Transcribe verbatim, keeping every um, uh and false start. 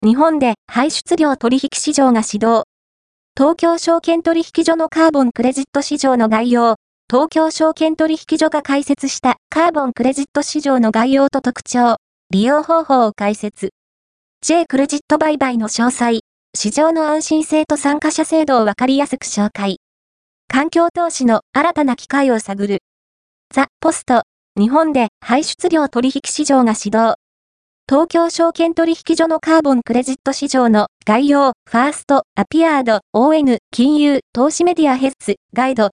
日本で排出量取引市場が始動。東京証券取引所のカーボンクレジット市場の概要。東京証券取引所が開設したカーボンクレジット市場の概要と特徴、利用方法を解説。J クレジット売買の詳細、市場の安心性と参加者制度をわかりやすく紹介。環境投資の新たな機会を探る。ザ・ポスト、日本で排出量取引市場が始動。東京証券取引所のカーボンクレジット市場の概要、ファースト、アピアード、オーエヌ、金融、投資メディアヘッズ、ガイド、